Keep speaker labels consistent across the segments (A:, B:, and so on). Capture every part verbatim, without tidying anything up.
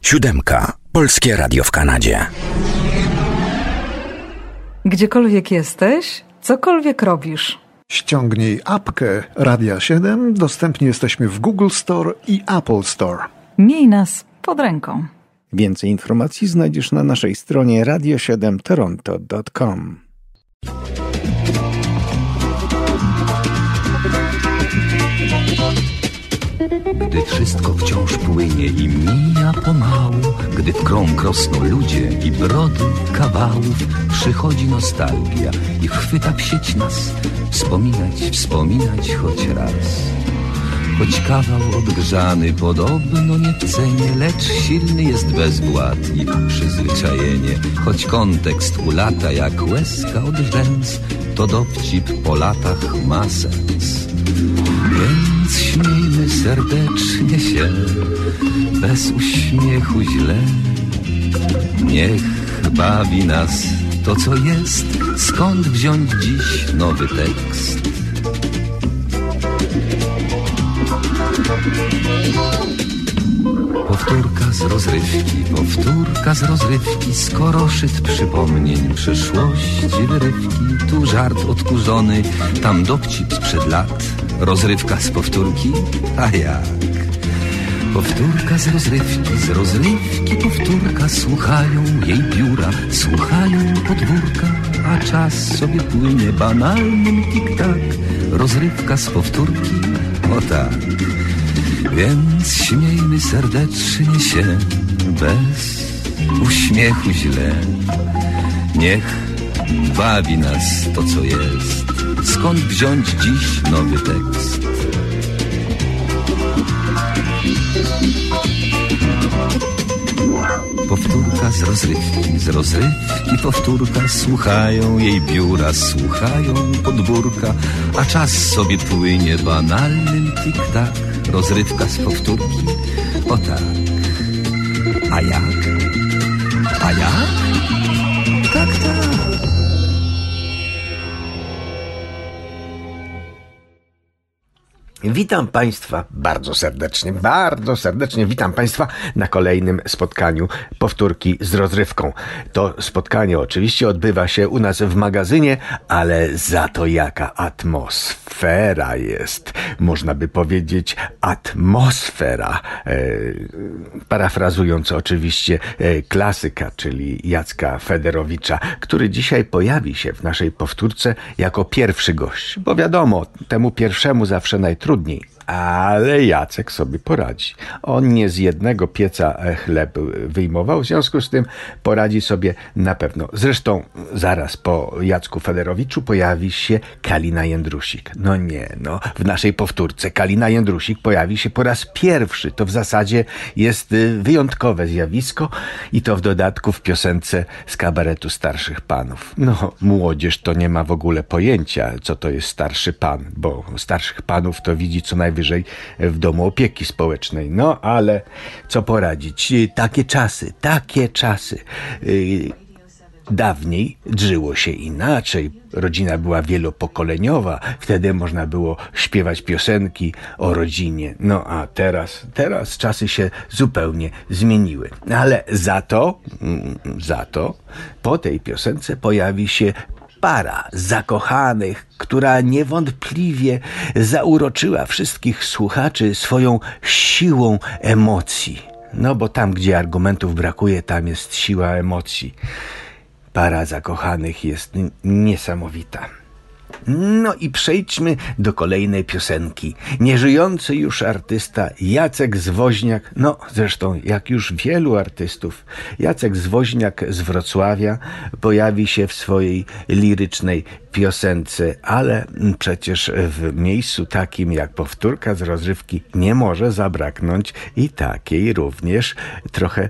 A: Siódemka. Polskie Radio w Kanadzie.
B: Gdziekolwiek jesteś, cokolwiek robisz.
C: Ściągnij apkę Radia siedem. Dostępni jesteśmy w Google Store i Apple Store.
B: Miej nas pod ręką.
D: Więcej informacji znajdziesz na naszej stronie radio siedem toronto kropka com.
E: Gdy wszystko wciąż płynie i mija pomału, gdy w krąg rosną ludzie i brody kawałów, przychodzi nostalgia i chwyta w sieć nas. Wspominać, wspominać choć raz. Choć kawał odgrzany podobno nie w cenie, lecz silny jest bezwład i przyzwyczajenie. Choć kontekst ulata jak łezka od rzęs, to dowcip po latach ma sens. Więc śmiejmy serdecznie się, bez uśmiechu źle. Niech bawi nas to, co jest, skąd wziąć dziś nowy tekst. Powtórka z rozrywki, powtórka z rozrywki, skoro szyt przypomnień, przyszłości wyrywki. Tu żart odkurzony, tam dowcip sprzed lat. Rozrywka z powtórki, a jak? Powtórka z rozrywki, z rozrywki powtórka. Słuchają jej biura, słuchają podwórka, a czas sobie płynie banalnym tik-tak. Rozrywka z powtórki, o tak. Więc śmiejmy serdecznie się, bez uśmiechu źle. Niech bawi nas to, co jest, skąd wziąć dziś nowy tekst. Powtórka z rozrywki, z rozrywki powtórka. Słuchają jej biura, słuchają podwórka, a czas sobie płynie banalnym tik-tak. Rozrywka z powtórki, o tak. A jak? A jak? Tak, tak.
F: Witam Państwa bardzo serdecznie, bardzo serdecznie witam Państwa na kolejnym spotkaniu Powtórki z rozrywką. To spotkanie oczywiście odbywa się u nas w magazynie, ale za to jaka atmosfera jest, można by powiedzieć atmosfera, e, parafrazując oczywiście e, klasyka, czyli Jacka Federowicza, który dzisiaj pojawi się w naszej powtórce jako pierwszy gość, bo wiadomo, temu pierwszemu zawsze najtrudniej. Trudniej, ale Jacek sobie poradzi. On nie z jednego pieca chleb wyjmował, w związku z tym poradzi sobie na pewno. Zresztą zaraz po Jacku Federowiczu pojawi się Kalina Jędrusik. No nie, no w naszej powtórce Kalina Jędrusik pojawi się po raz pierwszy. To w zasadzie jest wyjątkowe zjawisko i to w dodatku w piosence z kabaretu Starszych Panów. No młodzież to nie ma w ogóle pojęcia, co to jest starszy pan, bo starszych panów to widzi co najwyżej w domu opieki społecznej. No ale co poradzić? Takie czasy, takie czasy. Yy, dawniej żyło się inaczej. Rodzina była wielopokoleniowa. Wtedy można było śpiewać piosenki o rodzinie. No a teraz, teraz czasy się zupełnie zmieniły. Ale za to, za to po tej piosence pojawi się para zakochanych, która niewątpliwie zauroczyła wszystkich słuchaczy swoją siłą emocji. No bo tam, gdzie argumentów brakuje, tam jest siła emocji. Para zakochanych jest n- niesamowita. No i przejdźmy do kolejnej piosenki. Nieżyjący już artysta Jacek Zwoźniak, no zresztą jak już wielu artystów, Jacek Zwoźniak z Wrocławia pojawi się w swojej lirycznej piosence, ale przecież w miejscu takim jak powtórka z rozrywki nie może zabraknąć i takiej również trochę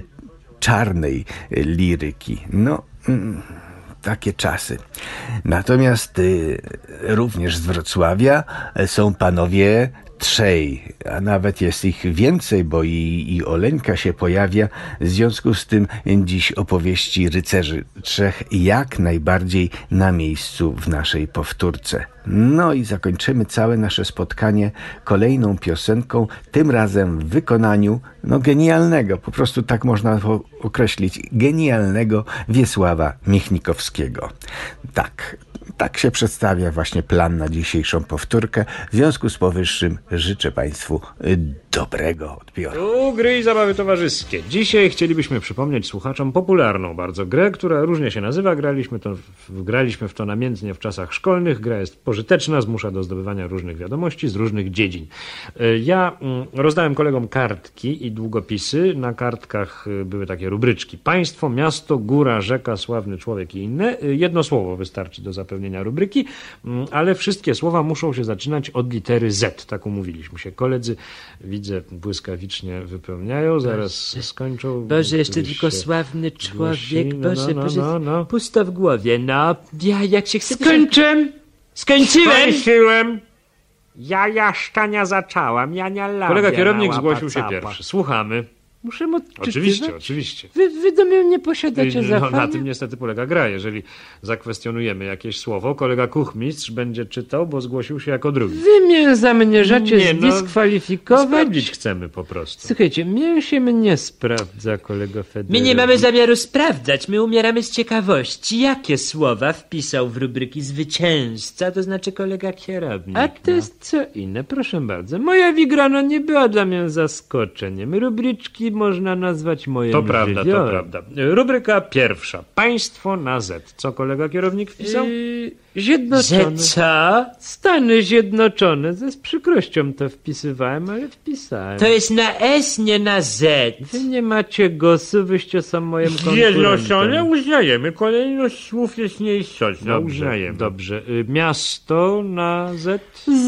F: czarnej liryki. No... Mm. Takie czasy. Natomiast y, również z Wrocławia są panowie trzej, a nawet jest ich więcej, bo i, i Oleńka się pojawia. W związku z tym dziś opowieści rycerzy trzech jak najbardziej na miejscu w naszej powtórce. No i zakończymy całe nasze spotkanie kolejną piosenką, tym razem w wykonaniu no genialnego, po prostu tak można to określić, genialnego Wiesława Michnikowskiego. Tak, tak się przedstawia właśnie plan na dzisiejszą powtórkę. W związku z powyższym życzę Państwu dobrego odbioru.
G: Tu gry i zabawy towarzyskie. Dzisiaj chcielibyśmy przypomnieć słuchaczom popularną bardzo grę, która różnie się nazywa. Graliśmy, to, graliśmy w to namiętnie w czasach szkolnych. Gra jest pożyteczna, zmusza do zdobywania różnych wiadomości z różnych dziedzin. Ja rozdałem kolegom kartki i długopisy. Na kartkach były takie rubryczki: państwo, miasto, góra, rzeka, sławny człowiek i inne. Jedno słowo wystarczy do zapełnienia rubryki, ale wszystkie słowa muszą się zaczynać od litery Z. Tak umówiliśmy się. Koledzy, widzę, błyskawicznie wypełniają, zaraz Boże. skończą.
H: Boże, jeszcze tylko sławny człowiek, no, Boże, no, no, Boże, no, no. pusto w głowie, no. Ja, jak się chce...
G: Skończę!
H: Skończyłem!
G: Skończyłem!
H: Ja jaszczania zaczęłam, ja nie labię.
G: Kolega kierownik zgłosił się pierwszy. Słuchamy.
H: Muszę odczytywać?
G: Oczywiście, oczywiście.
H: Wy, wy do mnie nie posiadacie
G: no,
H: zaufania?
G: Na tym niestety polega gra. Jeżeli zakwestionujemy jakieś słowo, kolega kuchmistrz będzie czytał, bo zgłosił się jako drugi.
H: Wy mnie zamierzacie
G: nie, no,
H: zdyskwalifikować?
G: Sprawdzić chcemy po prostu.
H: Słuchajcie, mnie się mnie sprawdza, kolego Federer.
I: My nie mamy zamiaru sprawdzać, my umieramy z ciekawości. Jakie słowa wpisał w rubryki zwycięzca, to znaczy kolega kierownik?
H: A to jest co inne, proszę bardzo. Moja wygrana nie była dla mnie zaskoczeniem. Rubryczki można nazwać moim
G: To prawda,
H: żywiołem.
G: to prawda. Rubryka pierwsza. Państwo na Z. Co kolega kierownik wpisał?
H: Yy, Zjednoczone.
I: Że co?
H: Stany Zjednoczone. Z przykrością to wpisywałem, ale wpisałem.
I: To jest na S, nie na Z.
H: Wy nie macie głosu, wyście są moim konkurentem.
G: Zjednoczone uznajemy. Kolejność słów jest nieistotna.
H: Dobrze,
G: Uznajemy.
H: dobrze. Y, Miasto na Z.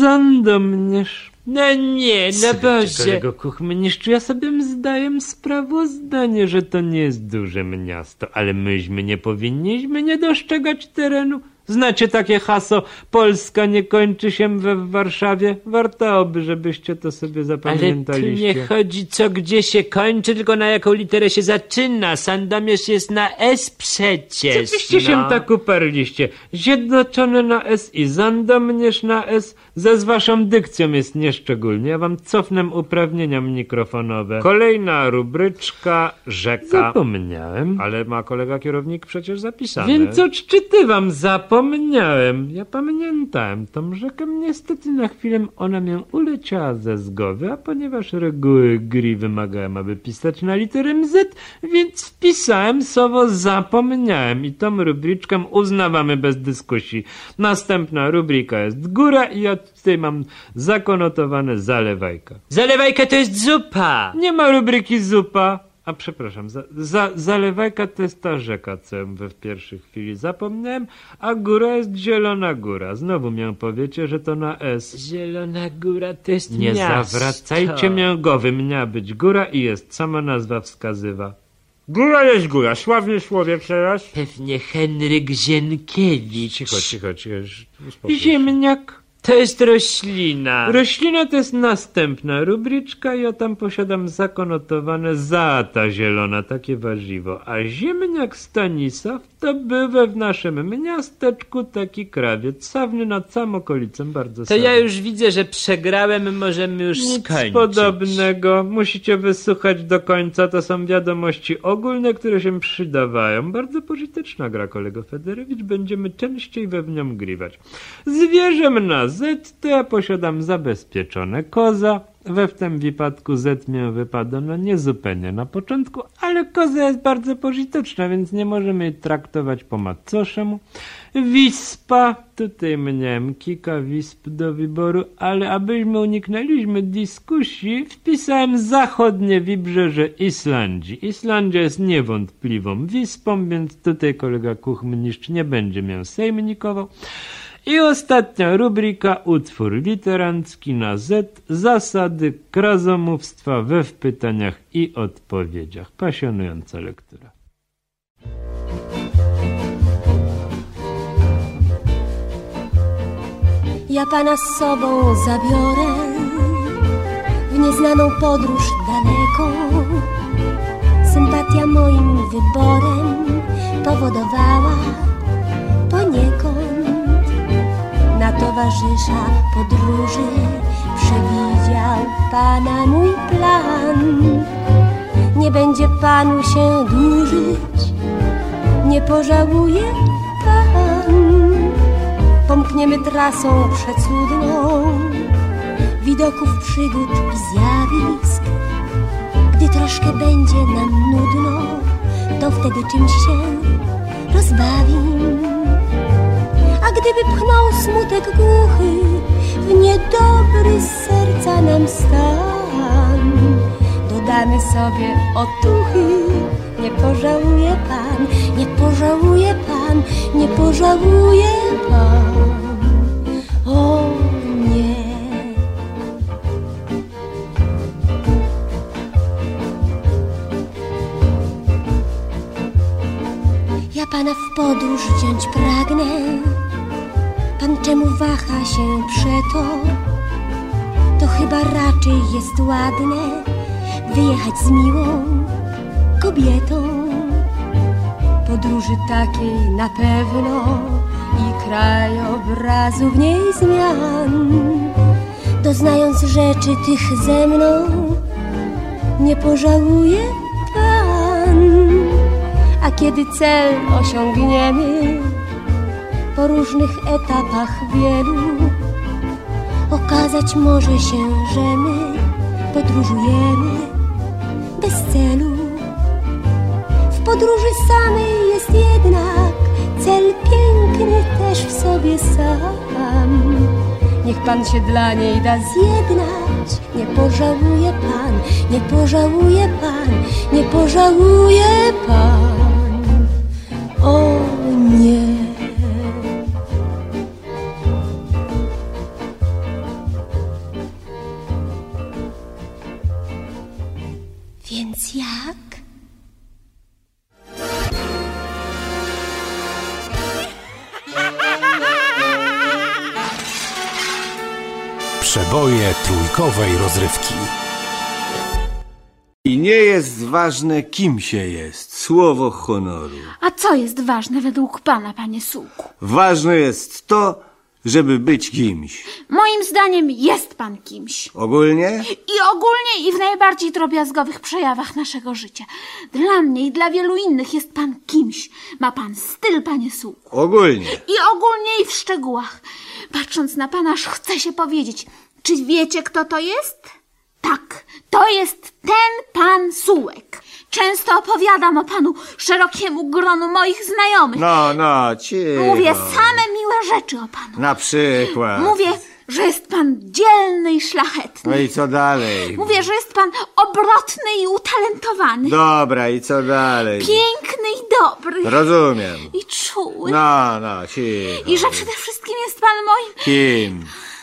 H: Zandomierz.
I: No nie, no Boże.
H: Kolego kuchmistrzu, ja sobie zdaję sprawozdanie, że to nie jest duże miasto, ale myśmy nie powinniśmy nie dostrzegać terenu. Znacie takie hasło: Polska nie kończy się we w Warszawie? Warto by, żebyście to sobie zapamiętaliście.
I: Ale tu nie chodzi co gdzie się kończy, tylko na jaką literę się zaczyna. Sandomierz jest na S przecież.
H: Oczywiście
I: no.
H: się tak uparliście. Zjednoczone na S i Sandomierz na S. Ze z waszą dykcją jest nieszczególnie. Ja wam cofnę uprawnienia mikrofonowe. Kolejna rubryczka rzeka. Zapomniałem.
G: Ale ma kolega kierownik przecież zapisane.
H: Więc odczytywam. Zapomniałem. Ja pamiętałem tą rzekę. Niestety na chwilę ona mnie uleciała ze z głowy, a ponieważ reguły gry wymagają, aby pisać na literę Z, więc wpisałem słowo zapomniałem i tą rubryczkę uznawamy bez dyskusji. Następna rubrika jest góra i ja tutaj mam zakonotowane zalewajka.
I: Zalewajka to jest zupa.
H: Nie ma rubryki zupa. A przepraszam, za, za, zalewajka to jest ta rzeka, co ja we w pierwszej chwili zapomniałem, a góra jest Zielona Góra. Znowu mię powiecie, że to na S.
I: Zielona Góra to jest
H: Nie
I: miasto.
H: zawracajcie mię głowy, miała być góra i jest, sama nazwa wskazywa.
G: Góra jest góra. Sławny człowiek teraz.
I: Pewnie Henryk Zienkiewicz.
G: Cicho, cicho, cicho. uspokój się.
H: Ziemniak.
I: To jest roślina.
H: Roślina to jest następna rubryczka. Ja tam posiadam zakonotowane zata zielona, takie warzywo. A ziemniak Stanisław to był w naszym miasteczku taki krawiec, sawny nad całą okolicą, bardzo
I: To
H: sawny.
I: ja już widzę, że przegrałem, możemy już
H: Nic
I: skończyć.
H: podobnego. Musicie wysłuchać do końca. To są wiadomości ogólne, które się przydawają. Bardzo pożyteczna gra, kolego Federowicz. Będziemy częściej we w nią grywać. Zwierzę na Z to ja posiadam zabezpieczone koza. We w tym wypadku Z mię wypada no nie zupełnie na początku, ale koza jest bardzo pożyteczna, więc nie możemy jej traktować po macoszemu. Wispa, tutaj miałem kilka wisp do wyboru, ale abyśmy uniknęliśmy dyskusji, wpisałem zachodnie wybrzeże Islandii. Islandia jest niewątpliwą wyspą, więc tutaj kolega kuchmistrz nie będzie miał sejmnikował. I ostatnia rubryka, utwór literancki na Z, zasady krasomówstwa we w pytaniach i odpowiedziach. Pasjonująca lektura.
J: Ja pana z sobą zabiorę w nieznaną podróż daleką. Sympatia moim wyborem powodowała poniekąd. Na towarzysza podróży przewidział Pana mój plan. Nie będzie Panu się dłużyć, nie pożałuje Pan. Pomkniemy trasą przecudną widoków, przygód i zjawisk. Gdy troszkę będzie nam nudno, to wtedy czymś się rozbawim. A gdyby pchnął smutek głuchy w niedobry z serca nam stan, dodamy sobie otuchy. Nie pożałuje Pan, nie pożałuje Pan, nie pożałuje Pan. O nie. Ja Pana w podróż wziąć pragnę. Pan czemu waha się przeto? To chyba raczej jest ładne wyjechać z miłą kobietą. Podróży takiej na pewno i krajobrazu w niej zmian. Doznając rzeczy tych ze mną, nie pożałuje Pan. A kiedy cel osiągniemy po różnych etapach wielu, okazać może się, że my podróżujemy bez celu. W podróży samej jest jednak cel piękny też w sobie sam. Niech Pan się dla niej da zjednać. Nie pożałuje Pan, nie pożałuje Pan, nie pożałuje Pan. O nie. Więc jak?
A: Przeboje trójkowej rozrywki.
K: I nie jest ważne, kim się jest. Słowo honoru.
L: A co jest ważne według pana, panie Sułku?
K: Ważne jest to, żeby być kimś.
L: Moim zdaniem jest pan kimś.
K: Ogólnie?
L: I ogólnie i w najbardziej drobiazgowych przejawach naszego życia. Dla mnie i dla wielu innych jest pan kimś. Ma pan styl, panie Sułku.
K: Ogólnie.
L: I ogólnie i w szczegółach. Patrząc na pana, aż chce się powiedzieć. Czy wiecie, kto to jest? Tak, to jest ten pan Sułek. Często opowiadam o panu szerokiemu gronu moich znajomych.
K: No, no, cicho.
L: Mówię same miłe rzeczy o panu.
K: Na przykład?
L: Mówię, że jest pan dzielny i szlachetny.
K: No i co dalej?
L: Mówię, że jest pan obrotny i utalentowany.
K: Dobra, i co dalej?
L: Piękny i dobry.
K: Rozumiem.
L: I czuły.
K: No, no, cicho.
L: I że przede wszystkim jest pan moim...
K: Kim?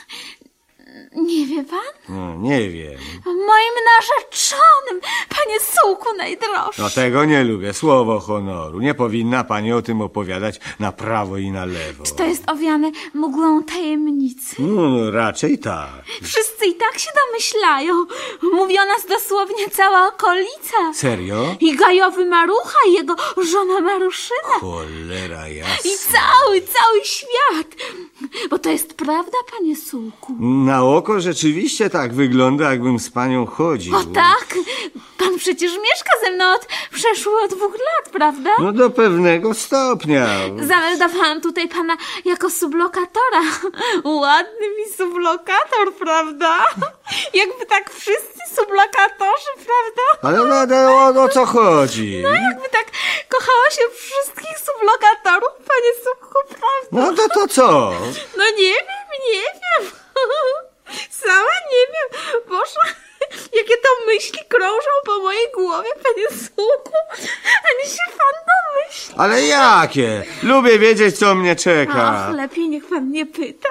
L: Nie wie pan?
K: No, nie wiem.
L: Moim narzeczonym, panie Sułku najdroższy.
K: No tego nie lubię, słowo honoru. Nie powinna pani o tym opowiadać na prawo i na lewo.
L: Czy to jest owiane mgłą tajemnicy?
K: No, no raczej tak.
L: Wszyscy i tak się domyślają. Mówi o nas dosłownie cała okolica.
K: Serio?
L: I Gajowy Marucha, i jego żona Maruszyna.
K: Cholera jasna.
L: I cały, cały świat. Bo to jest prawda, panie Sułku?
K: Na oko rzeczywiście tak wygląda, jakbym z panią chodził.
L: O tak? Pan przecież mieszka ze mną od przeszło dwóch lat, prawda?
K: No do pewnego stopnia.
L: Zameldowałam tutaj pana jako sublokatora. Ładny mi sublokator, prawda? Jakby tak wszyscy sublokatorzy, prawda?
K: Ale no, no, o, o co chodzi?
L: No jakby tak kochała się wszystkich sublokatorów, panie Sułku, prawda?
K: No to to co?
L: No nie wiem, nie wiem. Sama nie wiem. Boże, jakie to myśli krążą po mojej głowie, panie Sułku. Ani się pan domyśli.
K: Ale jakie? Lubię wiedzieć, co mnie czeka.
L: Ach, lepiej niech pan nie pyta.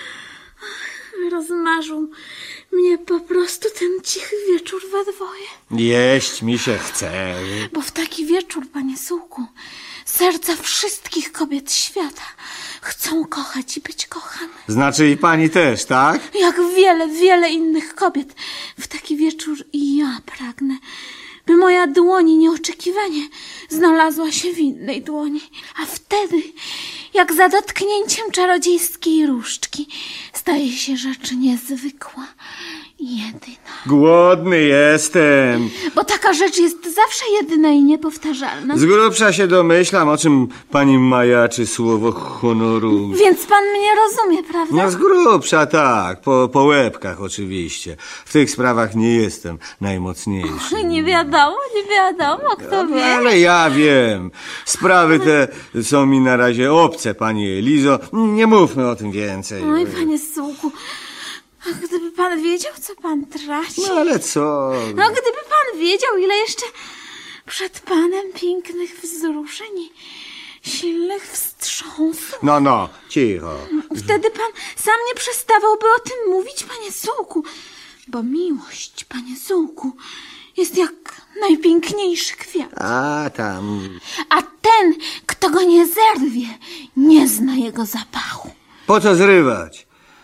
L: Rozmarzył mnie po prostu ten cichy wieczór we dwoje.
K: Jeść mi się chce.
L: Bo w taki wieczór, panie Sułku, serca wszystkich kobiet świata chcą kochać i być kochane.
K: Znaczy i pani też, tak?
L: Jak wiele, wiele innych kobiet. W taki wieczór i ja pragnę, by moja dłoń nieoczekiwanie znalazła się w innej dłoni. A wtedy, jak za dotknięciem czarodziejskiej różdżki, staje się rzecz niezwykła i jedyna.
K: Głodny jestem.
L: Bo taka rzecz jest zawsze jedyna i niepowtarzalna.
K: Z grubsza się domyślam, o czym pani majaczy słowo honoru.
L: Więc pan mnie rozumie, prawda?
K: No z grubsza tak, po, po łebkach oczywiście. W tych sprawach nie jestem najmocniejszy.
L: O, nie wiadomo, nie wiadomo, kto
K: no,
L: wie.
K: Ale ja wiem. Sprawy te są mi na razie obce, pani Elizo. Nie mówmy o tym więcej.
L: Oj, panie Sułku, a gdyby pan wiedział, co pan traci.
K: No ale co?
L: No gdyby pan wiedział, ile jeszcze przed panem pięknych wzruszeń i silnych wstrząsów.
K: No, no, cicho.
L: Wtedy pan sam nie przestawałby o tym mówić, panie Sułku. Bo miłość, panie Sułku, jest jak najpiękniejszy kwiat.
K: A tam...
L: A ten, kto go nie zerwie, nie zna jego zapachu.
K: Po co zrywać?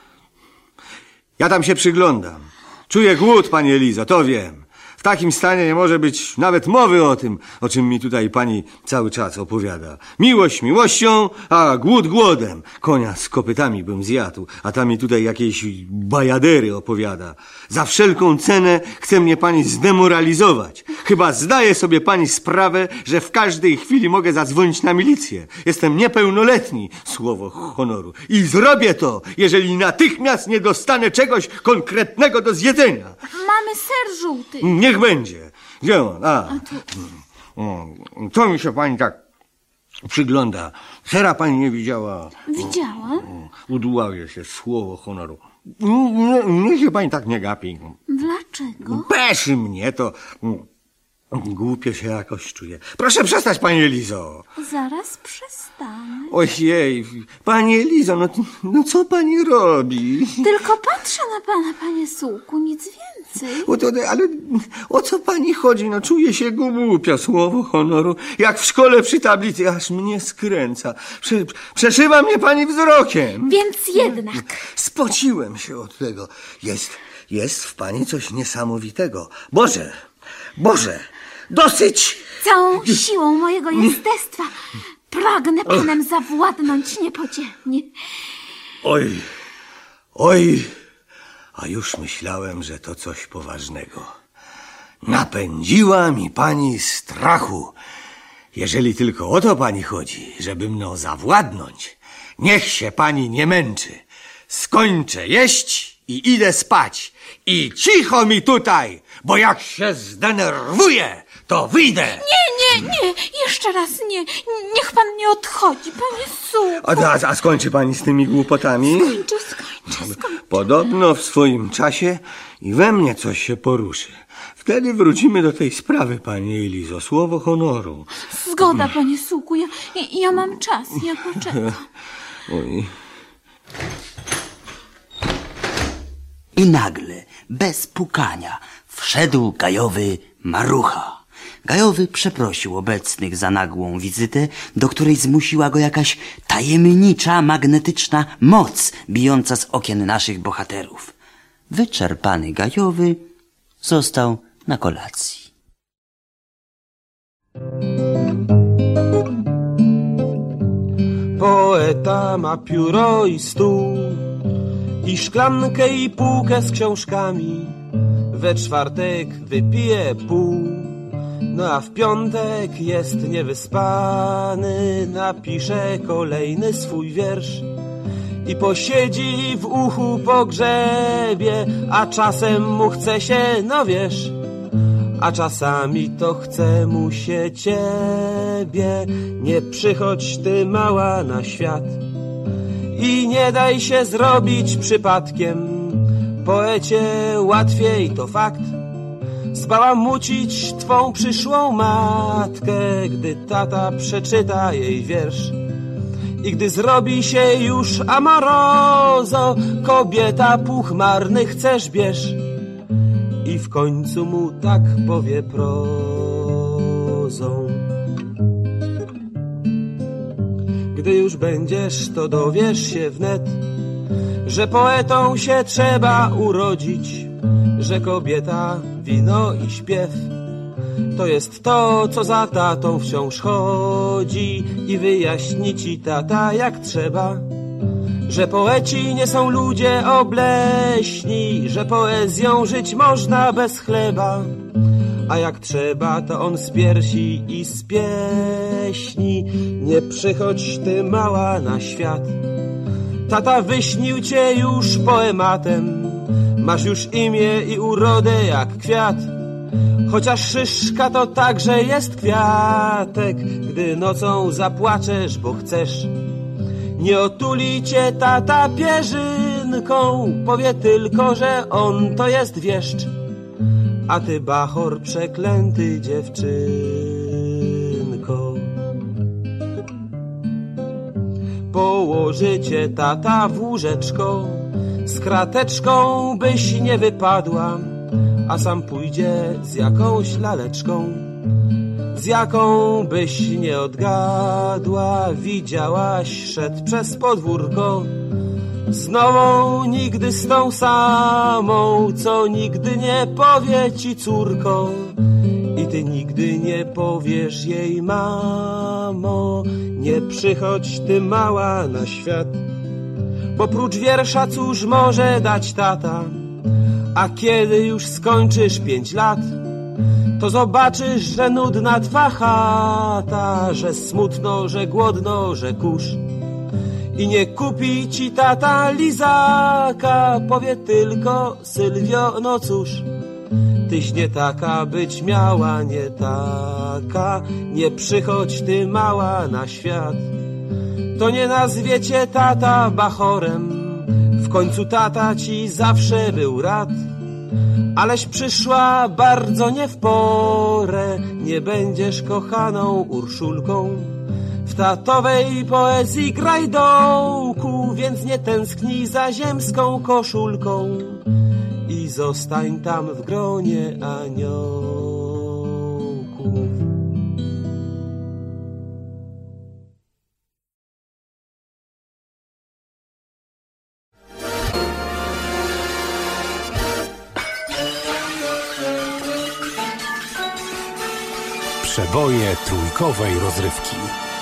K: Ja tam się przyglądam. Czuję głód, pani Elizo, to wiem. W takim stanie nie może być nawet mowy o tym, o czym mi tutaj pani cały czas opowiada. Miłość miłością, a głód głodem. Konia z kopytami bym zjadł, a ta mi tutaj jakieś bajadery opowiada. Za wszelką cenę chce mnie pani zdemoralizować. Chyba zdaje sobie pani sprawę, że w każdej chwili mogę zadzwonić na milicję. Jestem niepełnoletni, słowo honoru. I zrobię to, jeżeli natychmiast nie dostanę czegoś konkretnego do zjedzenia.
L: Mamy ser żółty.
K: Niech będzie. Gdzie on? A,
L: A tu.
K: O, to mi się pani tak przygląda. Sera pani nie widziała.
L: Widziałam.
K: Udławię się, słowo honoru. Nie, nie się pani tak nie gapi.
L: Dlaczego?
K: Peszy mnie to... Głupio się jakoś czuję. Proszę przestać, pani Elizo.
L: Zaraz przestanę.
K: Ojej, pani Elizo, no, no co pani robi?
L: Tylko patrzę na pana, panie Sułku, nic więcej.
K: O to, ale o co pani chodzi? No czuję się głupio, słowo honoru. Jak w szkole przy tablicy, aż mnie skręca. Prze, przeszywa mnie pani wzrokiem.
L: Więc jednak.
K: Spociłem się od tego. Jest, jest w pani coś niesamowitego. Boże, Boże, dosyć!
L: Całą siłą mojego jestestwa pragnę panem zawładnąć niepodzielnie.
K: Oj, oj, a już myślałem, że to coś poważnego. Napędziła mi pani strachu. Jeżeli tylko o to pani chodzi, żeby mną zawładnąć, niech się pani nie męczy. Skończę jeść i idę spać. I cicho mi tutaj, bo jak się zdenerwuję, to wyjdę.
L: Nie, nie, nie, jeszcze raz nie. Niech pan nie odchodzi, panie Sułku.
K: A, a, a skończy pani z tymi głupotami?
L: Skończę, skończę, skończę.
K: Podobno w swoim czasie i we mnie coś się poruszy. Wtedy wrócimy do tej sprawy, pani Elizo, słowo honoru.
L: Zgoda, panie Sułku, ja, ja mam czas, ja poczekam.
K: Oj.
M: I nagle, bez pukania, wszedł gajowy Marucha. Gajowy przeprosił obecnych za nagłą wizytę, do której zmusiła go jakaś tajemnicza, magnetyczna moc bijąca z okien naszych bohaterów. Wyczerpany Gajowy został na kolacji.
N: Poeta ma pióro i stół, i szklankę i półkę z książkami. We czwartek wypije pół, no a w piątek jest niewyspany. Napisze kolejny swój wiersz i posiedzi w uchu pogrzebie, a czasem mu chce się, no wiesz, a czasami to chce mu się ciebie. Nie przychodź ty mała na świat i nie daj się zrobić przypadkiem. Poecie łatwiej, to fakt, zbałamucić twą przyszłą matkę, gdy tata przeczyta jej wiersz. I gdy zrobi się już amorozo, kobieta puch marny chcesz bierz. I w końcu mu tak powie prozą. Gdy już będziesz, to dowiesz się wnet, że poetą się trzeba urodzić, że kobieta, wino i śpiew to jest to, co za tatą wciąż chodzi i wyjaśni ci tata jak trzeba, że poeci nie są ludzie obleśni, że poezją żyć można bez chleba, a jak trzeba, to on z piersi i z pieśni. Nie przychodź ty mała na świat, tata wyśnił cię już poematem, masz już imię i urodę jak kwiat, chociaż szyszka to także jest kwiatek. Gdy nocą zapłaczesz, bo chcesz, nie otuli cię tata pierzynką, powie tylko, że on to jest wieszcz, a ty bachor przeklęty dziewczynko. Położy cię tata w łóżeczko, z krateczką byś nie wypadła, a sam pójdzie z jakąś laleczką, z jaką byś nie odgadła. Widziałaś, szedł przez podwórko z nową, nigdy z tą samą, co nigdy nie powie ci córko, i ty nigdy nie powiesz jej mamo. Nie przychodź ty mała na świat, bo prócz wiersza cóż może dać tata, a kiedy już skończysz pięć lat, to zobaczysz, że nudna twa chata, że smutno, że głodno, że kurz, i nie kupi ci tata lizaka, powie tylko Sylwio, no cóż, tyś nie taka być miała, nie taka. Nie przychodź ty mała na świat, to nie nazwiecie tata bachorem, w końcu tata ci zawsze był rad, aleś przyszła bardzo nie w porę, nie będziesz kochaną Urszulką. W tatowej poezji graj dołku, więc nie tęsknij za ziemską koszulką i zostań tam w gronie aniołków.
A: Przeboje trójkowej rozrywki.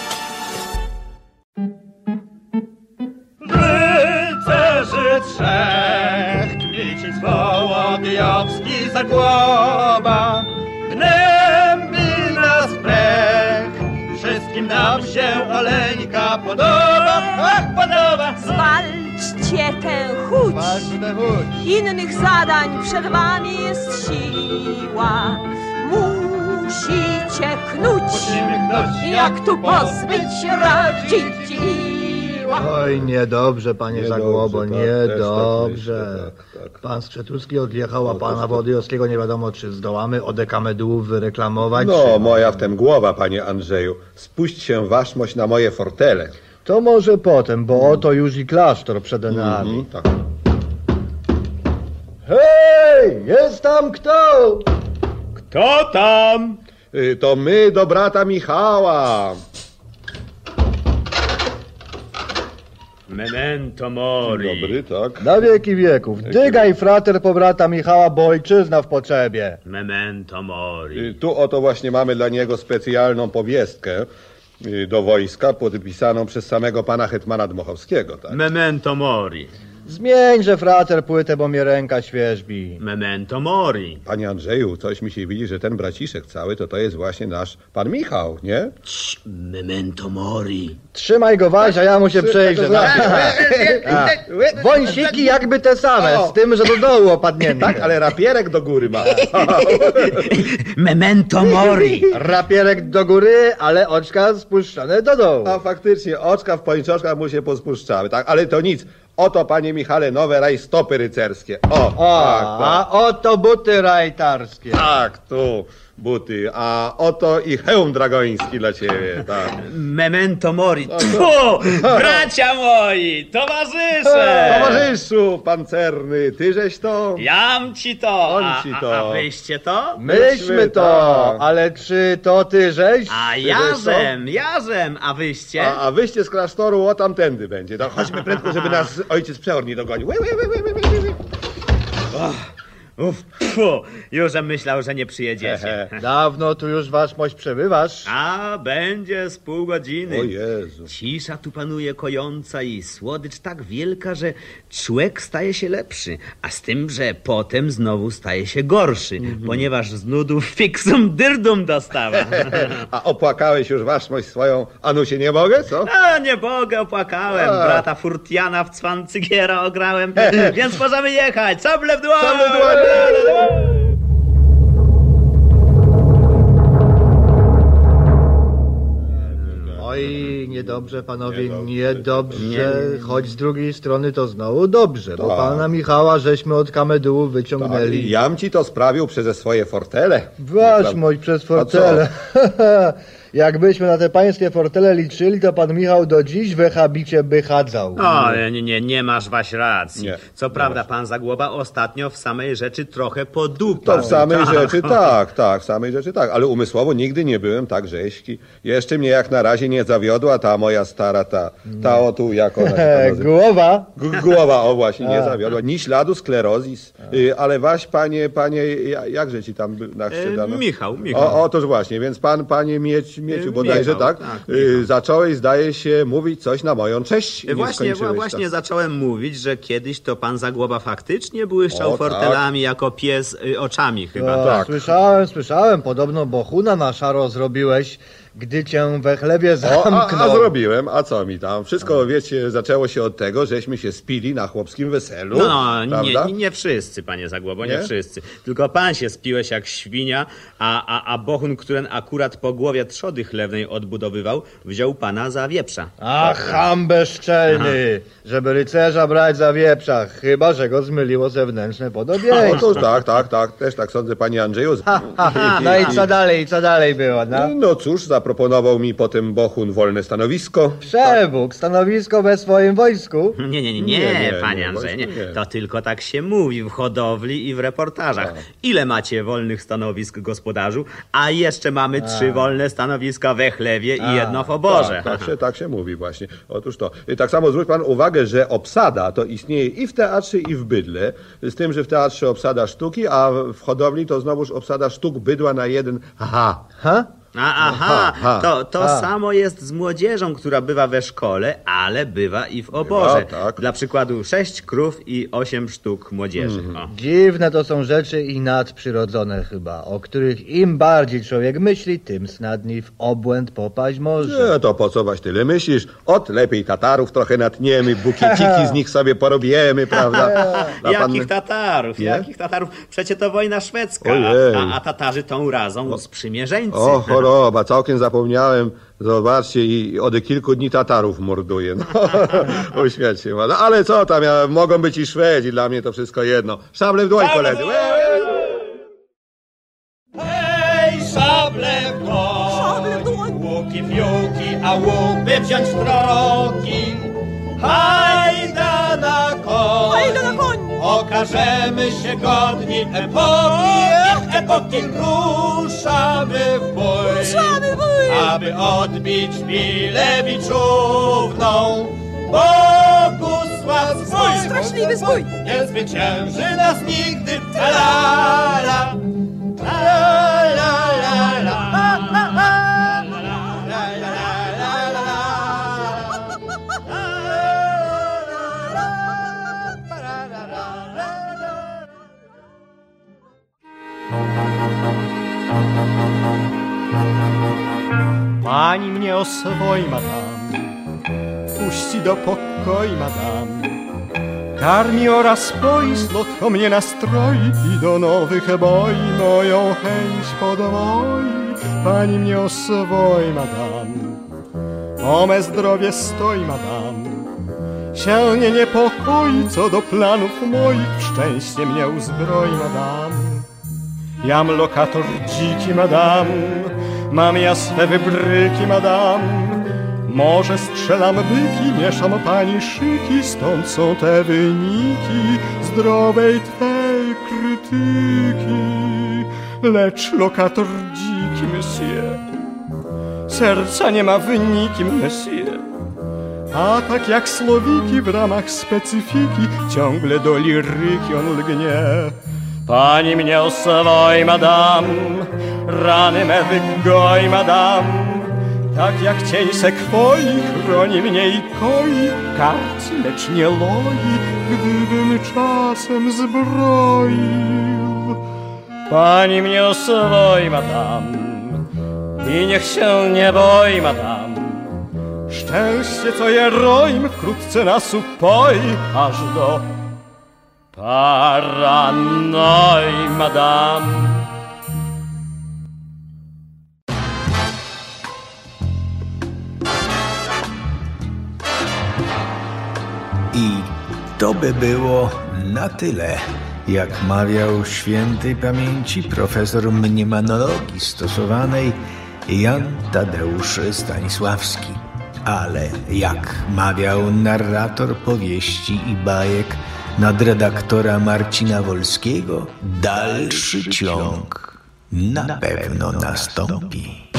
O: Rycerzy trzech, Kmicic, Wołodyjowski, Zagłoba, gnębi nas wbrew. Wszystkim nam się Oleńka podoba, ach, podoba.
P: Zwalczcie tę chuć, innych zadań przed wami jest siła. Musicie knuć, jak tu pozbyć radziła.
Q: Oj, niedobrze, panie
R: Niedobrze,
Q: Zagłobo,
R: tak,
Q: niedobrze.
R: też tak myślę, tak, tak.
Q: Pan Strzetuski odjechał, a
R: No,
Q: pana
R: też-
Q: Wołodyjowskiego nie wiadomo, czy zdołamy o dekamedułów wyreklamować.
R: No,
Q: czy...
R: moja w tem głowa, panie Andrzeju. Spuść się waszmość na moje fortele.
Q: To może potem, bo oto już i klasztor przed nami.
R: Mhm, tak.
Q: Hej, jest tam kto?
R: Kto tam? Y, To my do brata Michała.
S: Memento mori.
R: Dzień dobry, tak.
Q: Na wieki wieków. Dygaj, frater, po brata Michała, bo ojczyzna w potrzebie.
S: Memento mori.
R: Y, Tu oto właśnie mamy dla niego specjalną powiestkę y, do wojska, podpisaną przez samego pana hetmana Dmochowskiego, tak?
S: Memento mori.
Q: Zmieńże, frater, płytę, bo mnie ręka świerzbi.
S: Memento mori.
R: Panie Andrzeju, coś mi się widzi, że ten braciszek cały to to jest właśnie nasz pan Michał, nie?
S: Cii, memento mori.
Q: Trzymaj go, Waś, a ja mu się
R: Trzy-
Q: przejrzę.
R: tak,
Q: A. Wąsiki jakby te same,
R: O.
Q: z tym, że do dołu opadniemy.
R: Tak, ale rapierek do góry ma.
S: Memento mori.
Q: Rapierek do góry, ale oczka spuszczone do dołu.
R: A faktycznie, oczka w pończoczkach mu się pospuszczały, tak? Ale to nic. Oto, panie Michale, nowe rajstopy rycerskie. O,
Q: O,
R: tak,
Q: a
R: tak.
Q: oto buty rajtarskie.
R: Tak, tu. buty, a oto i hełm dragoński dla ciebie, tak.
S: Memento mori. Tu, bracia moi, towarzysze!
R: Towarzyszu pancerny, tyżeś to?
S: Jam ci to,
R: On
S: a,
R: ci
S: a,
R: to.
S: a wyście to?
Q: Myśmy to, ale czy to ty żeś?
S: A jażem, jażem, a wyście?
R: A, a wyjście z klasztoru o tamtędy będzie. No, chodźmy prędko, żeby nas ojciec przeor nie dogonił. Ły, ły, ły, ły, ły, ły, ły.
S: Uff, pfu, już myślał, że nie przyjedziecie.
Q: Dawno tu już waszmość przebywasz.
S: A będzie z pół godziny.
R: O Jezu.
S: Cisza tu panuje kojąca i słodycz tak wielka, że człowiek staje się lepszy, a z tym, że potem znowu staje się gorszy, mm-hmm. ponieważ z nudów fiksum dyrdum dostawa.
R: A opłakałeś już waszmość swoją Anusię nie mogę, co?
S: A nie mogę, opłakałem.
R: A.
S: Brata Furtiana w cwancygiera ograłem, więc możemy jechać. Sable w dłoń!
R: Sable w dłoń!
Q: Oj, niedobrze, panowie, niedobrze. Nie. Choć z drugiej strony to znowu dobrze, bo
R: Tak.
Q: pana Michała żeśmy od kamedułu wyciągnęli.
R: Tak, jam ci to sprawił przez swoje fortele.
Q: Waszmość przez fortele. Jakbyśmy na te pańskie fortele liczyli, to pan Michał do dziś we habicie by chadzał.
S: O, nie, nie, nie masz waś racji.
R: Nie,
S: Co
R: nie
S: prawda,
R: masz.
S: pan Zagłoba ostatnio w samej rzeczy trochę podupał.
R: To w samej rzeczy tak, tak, w samej rzeczy tak, ale umysłowo nigdy nie byłem tak rzeźki. Jeszcze mnie jak na razie nie zawiodła ta moja stara, ta, ta o tu, jak ona się tam nazywa?
Q: Głowa?
R: G- Głowa, o właśnie, nie
Q: A.
R: zawiodła. Ni śladu sklerozis. Y, ale waś, panie, panie, ja- jakże ci tam by- na chrzcie
S: E,
R: dano?
S: Michał, Michał.
R: O, o, toż właśnie, więc pan, panie Mieć, Mieciu,
S: E,
R: bodajże
S: Michał,
R: tak?
S: tak,
R: y, zacząłeś, zdaje się, mówić coś na moją cześć. i nie
S: Właśnie,
R: skończyłeś,
S: właśnie
R: tak.
S: zacząłem mówić, że kiedyś to pan Zagłoba faktycznie błyszczał
R: O, tak.
S: fortelami jako pies y, oczami chyba.
Q: O,
R: tak.
Q: Słyszałem, słyszałem, podobno bohuna na szaro zrobiłeś, gdy cię we chlebie
R: O,
Q: zamknął.
R: a, a zrobiłem, a co mi tam? Wszystko, wiecie, zaczęło się od tego, żeśmy się spili na chłopskim weselu.
S: No, no
R: prawda?
S: nie, nie wszyscy, panie Zagłobo, nie?
R: Nie?
S: wszyscy. Tylko pan się spiłeś jak świnia, a, a, a bohun, który akurat po głowie trzody chlewnej odbudowywał, wziął pana za wieprza.
Q: Ach, ham bezczelny, żeby rycerza brać za wieprza, chyba że go zmyliło zewnętrzne
R: O,
Q: podobieństwo.
R: to tak, tak, tak, też tak sądzę, panie Andrzeju.
Q: Ha, ha, ha. No i co dalej, co dalej było, no?
R: No cóż, zaproponował mi potem Bohun wolne stanowisko.
Q: Przebóg, stanowisko we swoim wojsku.
S: Nie, nie, nie, nie,
R: Nie, nie,
S: panie
R: nie,
S: Andrzej, nie.
R: właśnie nie.
S: To tylko tak się mówi w hodowli i w reportażach. Ile macie wolnych stanowisk, gospodarzu? A jeszcze mamy trzy wolne stanowiska we chlewie i jedno w oborze.
R: Tak, tak, się, tak się mówi właśnie. Otóż to. I tak samo zwróć pan uwagę, że obsada to istnieje i w teatrze, i w bydle. Z tym, że w teatrze obsada sztuki, a w hodowli to znowuż obsada sztuk bydła na jeden. Aha.
Q: Ha?
S: A, aha,
R: Ha, ha,
S: to, to
Q: ha.
S: samo jest z młodzieżą, która bywa we szkole, ale bywa i w oborze.
R: Bywa, tak.
S: Dla przykładu sześć krów i osiem sztuk młodzieży. O.
Q: Dziwne to są rzeczy i nadprzyrodzone chyba, o których im bardziej człowiek myśli, tym snadniej w obłęd popaść może.
R: Nie, to po co waś tyle myślisz? Ot, lepiej Tatarów trochę natniemy, bukieciki z nich sobie porobiemy, prawda? Dla
S: Jakich
R: panny-
S: Tatarów,
R: Nie?
S: jakich Tatarów? Przecie to wojna szwedzka,
R: Ojej.
S: a, a Tatarzy tą razą sprzymierzeńcy.
R: O, choroba, całkiem zapomniałem. Zobaczcie, i od kilku dni Tatarów morduje. No, uśmiać się ma. No, ale co tam, ja, mogą być i Szwedzi, dla mnie to wszystko jedno. Szable w dłoń, koledzy.
O: Hej, szable w dłoń, łuki fiuki, a łupy wziąć troki. Hajda na koń,
P: Hajda na koń!
O: Okażemy się godni epoki, niech epoki ruszamy w bój.
P: Ruszamy w bój!
O: Aby odbić Milewiczówną. Bogusław swój,
P: Straszliwy zwój!
O: nie zwycięży nas nigdy. La la la, la la la la, la la
T: Pani mnie oswoi, madam, puści do pokoi, madam. Karmi oraz poi, słodko mnie nastroi i do nowych boi moją chęć podwoi. Pani mnie oswoi, madam, o me zdrowie stoi, madam. Się nie niepokoi, co do planów moich, w szczęście mnie uzbroi, madam. Jam lokator dziki, madam, mam ja swe wybryki, madam. Może strzelam byki, mieszam pani szyki, stąd są te wyniki zdrowej twej krytyki. Lecz lokator dziki, monsieur, serca nie ma w nikim, monsieur. A tak jak słowiki w ramach specyfiki ciągle do liryki on lgnie. Pani mnie oswoj, madam, rany me wygoj, madam. Tak jak cień sekwoi chroni mnie i koi, karci, lecz nie loi, gdybym czasem zbroił. Pani mnie oswoi, madam, i niech się nie boi, madam. Szczęście, co je roim, wkrótce nas upoi, aż do paranoi, madam.
A: I to by było na tyle, jak mawiał świętej pamięci profesor mniemanologii stosowanej Jan Tadeusz Stanisławski. Ale jak mawiał narrator powieści i bajek nadredaktora Marcina Wolskiego, dalszy ciąg na pewno nastąpi.